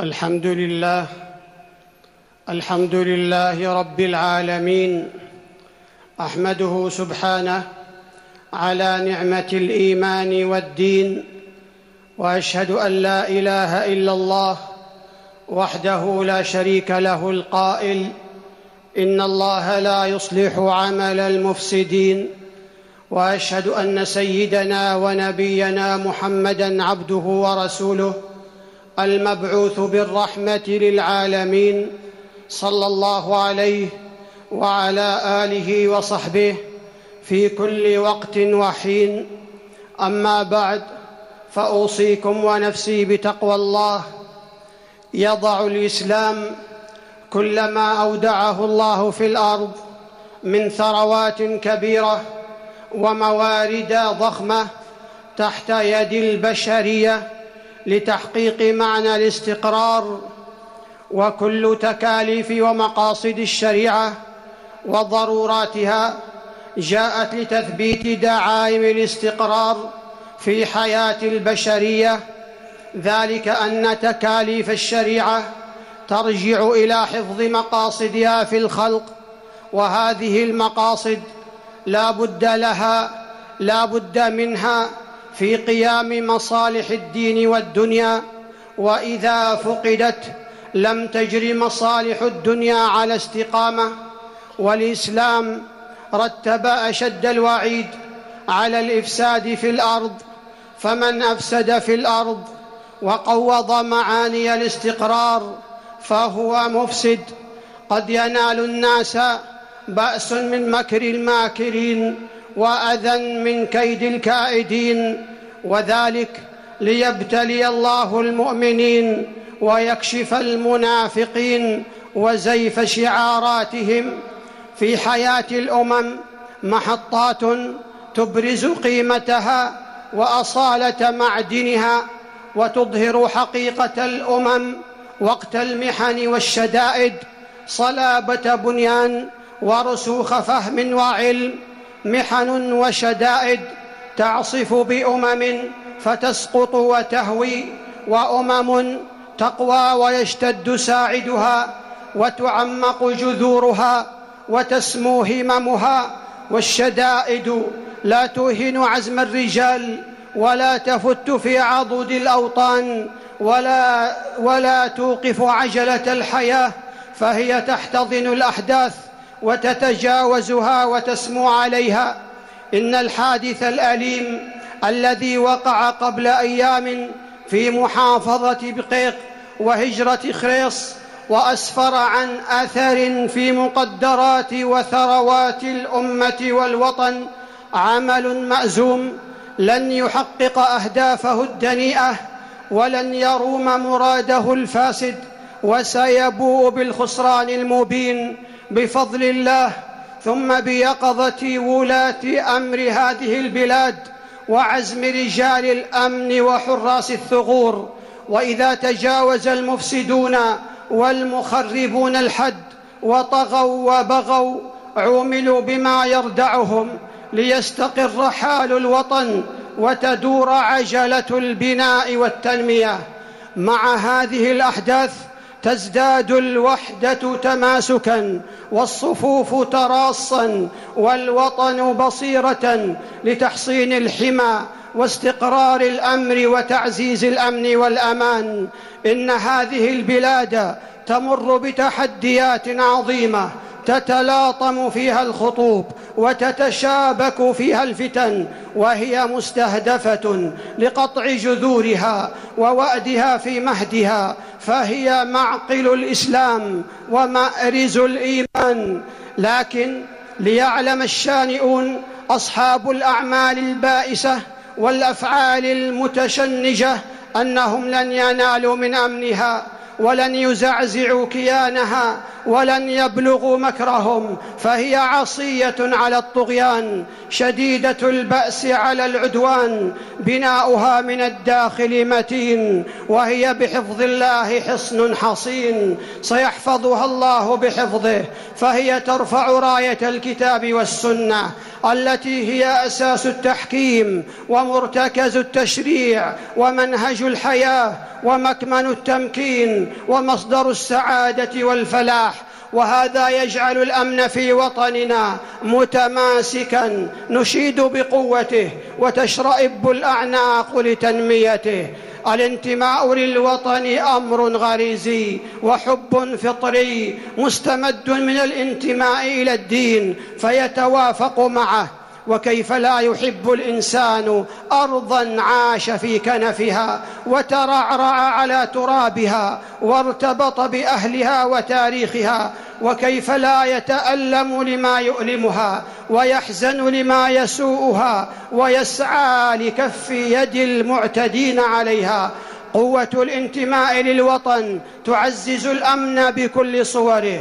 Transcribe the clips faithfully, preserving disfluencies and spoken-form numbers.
الحمد لله الحمد لله رب العالمين. أحمده سبحانه على نعمة الإيمان والدين، وأشهد أن لا إله إلا الله وحده لا شريك له القائل: إن الله لا يصلح عمل المفسدين. وأشهد أن سيدنا ونبينا محمدًا عبده ورسوله المبعوث بالرحمة للعالمين، صلى الله عليه وعلى آله وصحبه في كل وقت وحين. أما بعد، فأوصيكم ونفسي بتقوى الله. يضع الإسلام كل ما أودعه الله في الأرض من ثروات كبيرة وموارد ضخمة تحت يد البشرية لتحقيق معنى الاستقرار، وكل تكاليف ومقاصد الشريعة وضروراتها جاءت لتثبيت دعائم الاستقرار في حياة البشرية، ذلك أن تكاليف الشريعة ترجع إلى حفظ مقاصدها في الخلق، وهذه المقاصد لا بد لها لا بد منها في قيام مصالح الدين والدنيا، وإذا فقدت لم تجر مصالح الدنيا على استقامة. والإسلام رتب أشد الوعيد على الإفساد في الأرض، فمن أفسد في الأرض وقوض معاني الاستقرار فهو مفسد. قد ينال الناس بأس من مكر الماكرين وأذى من كيد الكائدين، وذلك ليبتلي الله المؤمنين ويكشف المنافقين وزيف شعاراتهم. في حياة الأمم محطات تبرز قيمتها وأصالة معدنها، وتظهر حقيقة الأمم وقت المحن والشدائد، صلابة بنيان ورسوخ فهم وعلم. محن وشدائد تعصف بأمم فتسقط وتهوي، وأمم تقوى ويشتد ساعدها وتعمق جذورها وتسمو هممها. والشدائد لا توهن عزم الرجال ولا تفت في عضد الأوطان ولا, ولا توقف عجلة الحياة، فهي تحتضن الأحداث وتتجاوزها وتسمو عليها. إن الحادث الأليم الذي وقع قبل أيام في محافظة بقيق وهجرة خريص وأسفر عن أثر في مقدرات وثروات الأمة والوطن عمل مأزوم لن يحقق أهدافه الدنيئة ولن يروم مراده الفاسد، وسيبوء بالخسران المبين بفضل الله ثم بيقظة ولاة أمر هذه البلاد وعزم رجال الأمن وحراس الثغور. وإذا تجاوز المفسدون والمخربون الحد وطغوا وبغوا عوملوا بما يردعهم ليستقر حال الوطن وتدور عجلة البناء والتنمية. مع هذه الأحداث تزداد الوحدة تماسكا والصفوف تراصا والوطن بصيرة لتحصين الحمى واستقرار الأمر وتعزيز الأمن والأمان. إن هذه البلاد تمر بتحديات عظيمة تتلاطم فيها الخطوب وتتشابك فيها الفتن، وهي مستهدفة لقطع جذورها ووأدها في مهدها، فهي معقل الإسلام ومأرز الإيمان. لكن ليعلم الشانئون أصحاب الأعمال البائسة والأفعال المتشنجة أنهم لن ينالوا من أمنها ولن يزعزعوا كيانها ولن يبلغوا مكرهم، فهي عصية على الطغيان، شديدة البأس على العدوان، بناؤها من الداخل متين، وهي بحفظ الله حصن حصين، سيحفظها الله بحفظه، فهي ترفع راية الكتاب والسنة التي هي أساس التحكيم ومرتكز التشريع ومنهج الحياة ومكمن التمكين ومصدر السعادة والفلاح. وهذا يجعل الأمن في وطننا متماسكا نشيد بقوته وتشرئب الأعناق لتنميته. الانتماء للوطن أمر غريزي وحب فطري مستمد من الانتماء إلى الدين فيتوافق معه. وكيف لا يحب الإنسان أرضا عاش في كنفها وترعرع على ترابها وارتبط بأهلها وتاريخها؟ وكيف لا يتألم لما يؤلمها ويحزن لما يسوءها ويسعى لكف يد المعتدين عليها؟ قوة الانتماء للوطن تعزز الأمن بكل صوره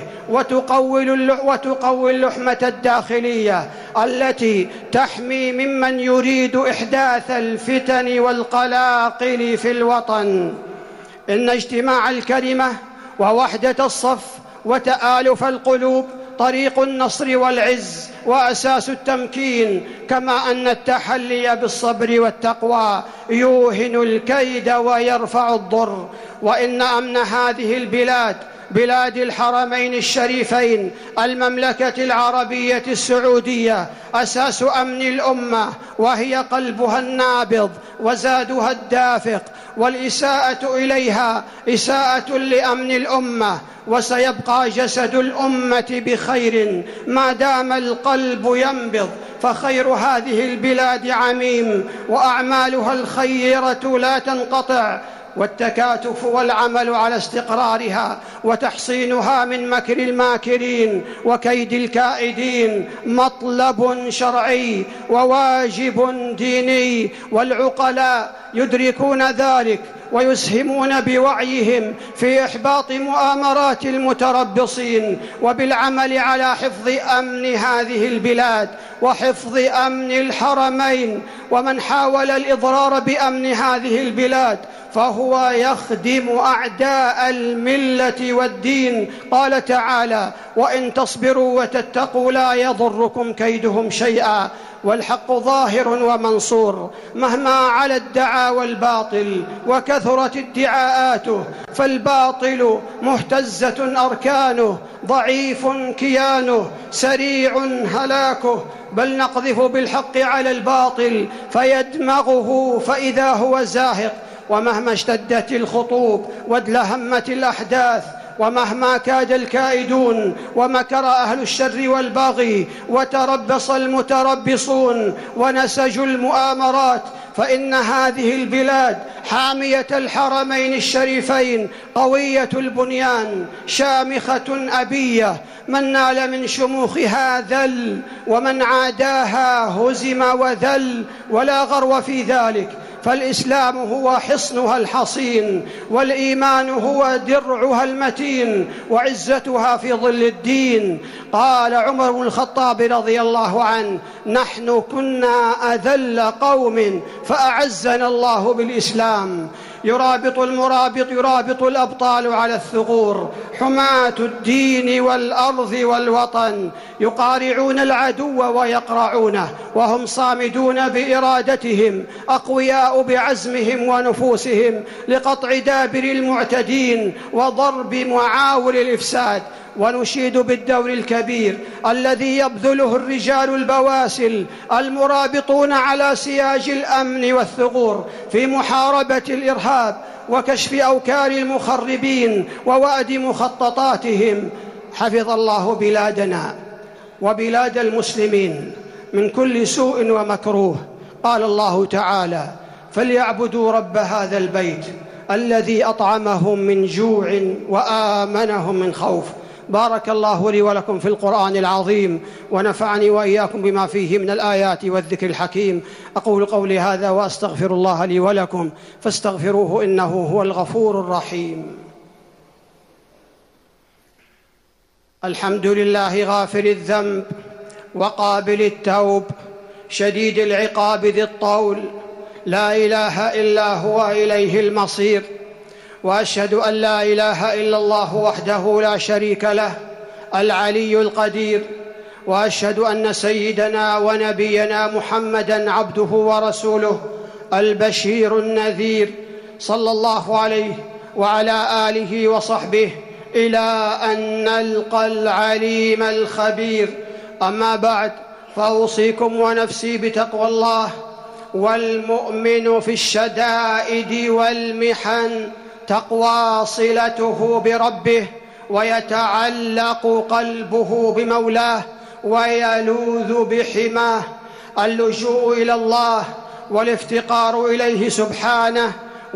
وتقوي اللحمة الداخلية التي تحمي ممن يريد إحداث الفتن والقلاقل في الوطن. إن اجتماع الكلمة ووحدة الصف وتآلف القلوب طريق النصر والعز وأساس التمكين، كما أن التحلي بالصبر والتقوى يوهن الكيد ويرفع الضر. وإن أمن هذه البلاد، بلاد الحرمين الشريفين المملكة العربية السعودية، أساس أمن الأمة، وهي قلبها النابض وزادها الدافق، والإساءة إليها إساءة لأمن الأمة. وسيبقى جسد الأمة بخير ما دام القلب ينبض، فخير هذه البلاد عميم وأعمالها الخيرة لا تنقطع، والتكاتف والعمل على استقرارها وتحصينها من مكر الماكرين وكيد الكائدين مطلب شرعي وواجب ديني، والعقلاء يدركون ذلك ويسهمون بوعيهم في إحباط مؤامرات المتربصين وبالعمل على حفظ أمن هذه البلاد وحفظ أمن الحرمين. ومن حاول الإضرار بأمن هذه البلاد فهو يخدم أعداء الملة والدين. قال تعالى: وإن تصبروا وتتقوا لا يضركم كيدهم شيئا، والحق ظاهر ومنصور. مهما على الدعاوى الباطل وكثرت ادعاءاته، فالباطل مهتزة أركانه، ضعيف كيانه، سريع هلاكه. بل نقذف بالحق على الباطل فيدمغه فإذا هو زاهق. ومهما اشتدت الخطوب وادلهمت الأحداث، ومهما كاد الكائدون ومكر أهل الشر والبغي وتربص المتربصون ونسجوا المؤامرات، فإن هذه البلاد حامية الحرمين الشريفين قوية البنيان شامخة أبية، من نال من شموخها ذل، ومن عاداها هزم وذل، ولا غرو في ذلك. فالإسلام هو حصنها الحصين، والإيمان هو درعها المتين، وعزتها في ظل الدين. قال عمر بن الخطاب رضي الله عنه: نحن كنا أذل قوم فأعزنا الله بالإسلام. يرابط المرابط يرابط الأبطال على الثغور، حماة الدين والأرض والوطن، يقارعون العدو ويقرعونه وهم صامدون بإرادتهم، أقوياء بعزمهم ونفوسهم لقطع دابر المعتدين وضرب معاول الإفساد. ونشيد بالدور الكبير الذي يبذله الرجال البواسل المرابطون على سياج الأمن والثغور في محاربة الإرهاب وكشف أوكار المخربين ووأد مخططاتهم. حفظ الله بلادنا وبلاد المسلمين من كل سوء ومكروه. قال الله تعالى: فليعبدوا رب هذا البيت الذي أطعمهم من جوع وآمنهم من خوف. بارك الله لي ولكم في القرآن العظيم، ونفعني وإياكم بما فيه من الآيات والذكر الحكيم. أقول قولي هذا وأستغفر الله لي ولكم، فاستغفروه إنه هو الغفور الرحيم. الحمد لله غافر الذنب وقابل التوب شديد العقاب ذي الطول، لا إله إلا هو، إليه المصير. وأشهد أن لا إله إلا الله وحده لا شريك له العلي القدير، وأشهد أن سيدنا ونبينا محمدًا عبده ورسوله البشير النذير، صلى الله عليه وعلى آله وصحبه إلى أن نلقى العليم الخبير. أما بعد، فأوصيكم ونفسي بتقوى الله. والمؤمن في الشدائد والمحن تقوى صلته بربه، ويتعلق قلبه بمولاه، ويلوذ بحماه. اللجوء إلى الله والافتقار إليه سبحانه،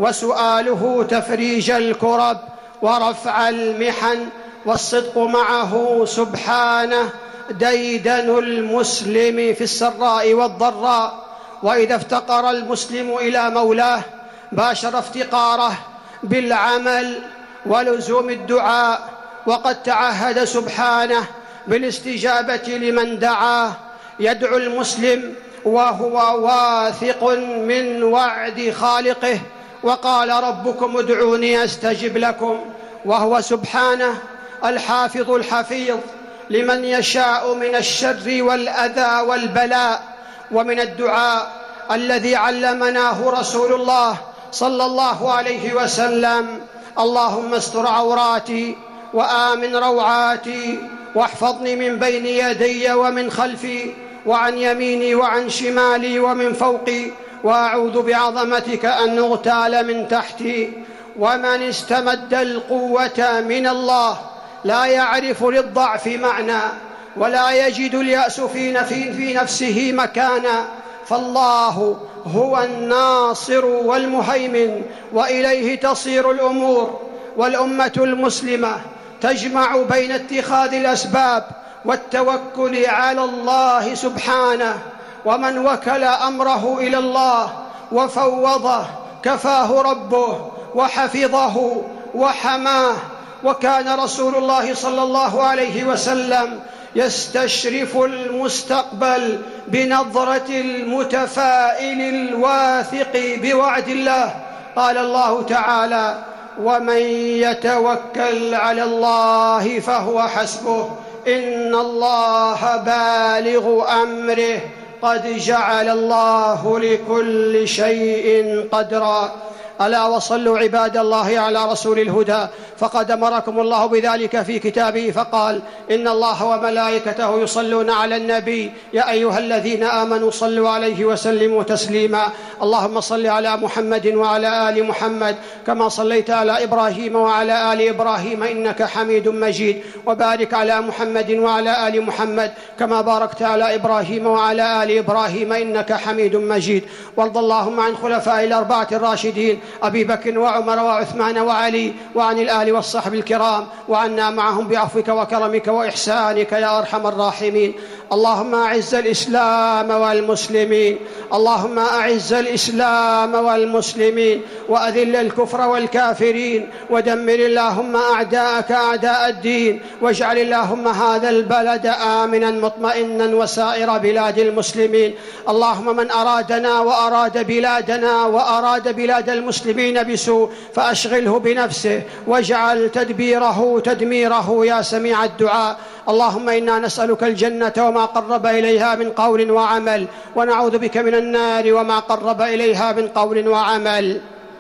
وسؤاله تفريج الكرب ورفع المحن، والصدق معه سبحانه ديدن المسلم في السراء والضراء. وإذا افتقر المسلم إلى مولاه باشر افتقاره بالعمل ولزوم الدعاء، وقد تعهد سبحانه بالاستجابة لمن دعاه. يدعو المسلم وهو واثق من وعد خالقه، وقال ربكم ادعوني أستجب لكم، وهو سبحانه الحافظ الحفيظ لمن يشاء من الشر والأذى والبلاء. ومن الدعاء الذي علمناه رسول الله صلى الله عليه وسلم: اللهم استر عوراتي وآمن روعاتي، واحفظني من بين يدي ومن خلفي، وعن يميني وعن شمالي ومن فوقي، وأعوذ بعظمتك أن أغتال من تحتي. ومن استمد القوة من الله لا يعرف للضعف معنى، ولا يجد اليأس في في نفسه مكانا، فالله هو الناصر والمهيمن، وإليه تصير الأمور. والأمة المسلمة تجمع بين اتخاذ الأسباب والتوكل على الله سبحانه، ومن وكل أمره إلى الله وفوضه كفاه ربه وحفظه وحماه. وكان رسول الله صلى الله عليه وسلم يستشرف المستقبل بنظرة المتفائل الواثق بوعد الله. قال الله تعالى: ومن يتوكل على الله فهو حسبه، إن الله بالغ أمره، قد جعل الله لكل شيء قدرا. ألا وصلوا عباد الله على رسول الهدى، فقد أمركم الله بذلك في كتابه فقال: إن الله وملائكته يصلون على النبي يا أيها الذين آمنوا صلوا عليه وسلموا تسليما. اللهم صل على محمد وعلى آل محمد كما صليت على إبراهيم وعلى آل إبراهيم إنك حميد مجيد، وبارك على محمد وعلى آل محمد كما باركت على إبراهيم وعلى آل إبراهيم إنك حميد مجيد. وارض اللهم عن خلفاء الأربعة الراشدين أبي بكر وعمر وعثمان وعلي، وعن الآل والصحب الكرام، وعنا معهم بعفوك وكرمك وإحسانك يا أرحم الراحمين. اللهم أعز الإسلام والمسلمين، اللهم أعز الإسلام والمسلمين، وأذل الكفر والكافرين، ودمر اللهم أعداءك أعداء الدين، واجعل اللهم هذا البلد آمنا مطمئنا وسائر بلاد المسلمين. اللهم من أرادنا وأراد بلادنا وأراد بلاد المسلمين بسوء فأشغله بنفسه، واجعل تدبيره تدميره يا سميع الدعاء. اللهم إنا نسألك الجنة وما قرب إليها من قول وعمل، ونعوذ بك من النار وما قرب إليها من قول وعمل.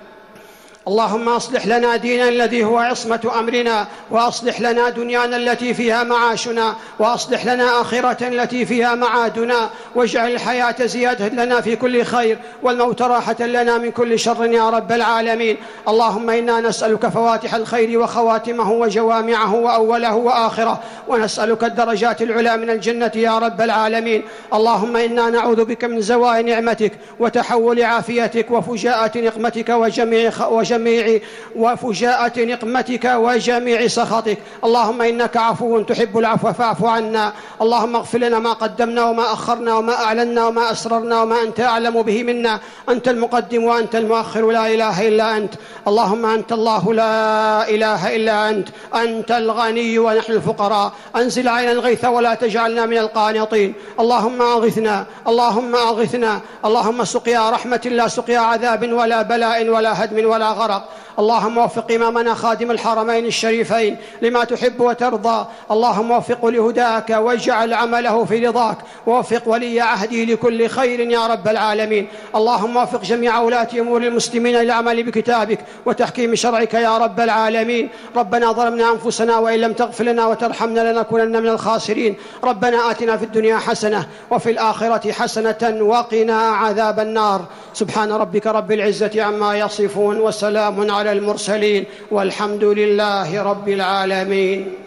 اللهم أصلح لنا ديننا الذي هو عصمة أمرنا، وأصلح لنا دنيانا التي فيها معاشنا، وأصلح لنا آخرة التي فيها معادنا، واجعل الحياة زيادة لنا في كل خير، والموت راحة لنا من كل شر يا رب العالمين. اللهم إنا نسألك فواتح الخير وخواتمه وجوامعه وأوله وآخره، ونسألك الدرجات العلى من الجنة يا رب العالمين. اللهم إنا نعوذ بك من زوال نعمتك وتحول عافيتك وفجاءة نقمتك وجميع وجميع وجميع وفجاءة نقمتك وجميع سخطك. اللهم إنك عفو تحب العفو فاعف عنا. اللهم اغفر لنا ما قدمنا وما أخرنا وما أعلنا وما أسررنا وما أنت أعلم به منا. أنت المقدم وأنت المؤخر، لا إله إلا أنت. اللهم أنت الله لا إله إلا أنت. أنت الغني ونحن الفقراء. أنزل علينا الغيث ولا تجعلنا من القانطين. اللهم أغثنا، اللهم أغثنا، اللهم سقيا رحمة لا سقيا عذاب ولا بلاء ولا هدم ولا غرق. اللهم وفق إمامنا خادم الحرمين الشريفين لما تحب وترضى. اللهم وفقه لهداك واجعل عمله في رضاك، ووفق ولي عهده لكل خير يا رب العالمين. اللهم وفق جميع ولاة أمور المسلمين للعمل بكتابك وتحكيم شرعك يا رب العالمين. ربنا ظلمنا أنفسنا وإن لم تغفر لنا وترحمنا لنكونن من الخاسرين. ربنا آتنا في الدنيا حسنة وفي الآخرة حسنة وقنا عذاب النار. سبحان ربك رب العزة عما يصفون وسلام على المرسلين والحمد لله رب العالمين.